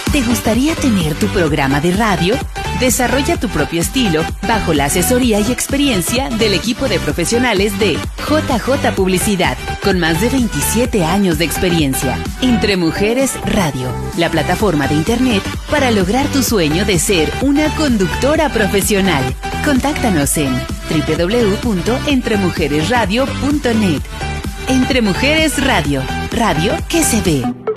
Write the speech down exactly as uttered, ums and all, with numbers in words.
¿Te gustaría tener tu programa de radio? Desarrolla tu propio estilo bajo la asesoría y experiencia del equipo de profesionales de J J Publicidad, con más de veintisiete años de experiencia. Entre Mujeres Radio, la plataforma de internet para lograr tu sueño de ser una conductora profesional. Contáctanos en doble u doble u doble u punto entre mujeres radio punto net. Entre Mujeres Radio, radio que se ve.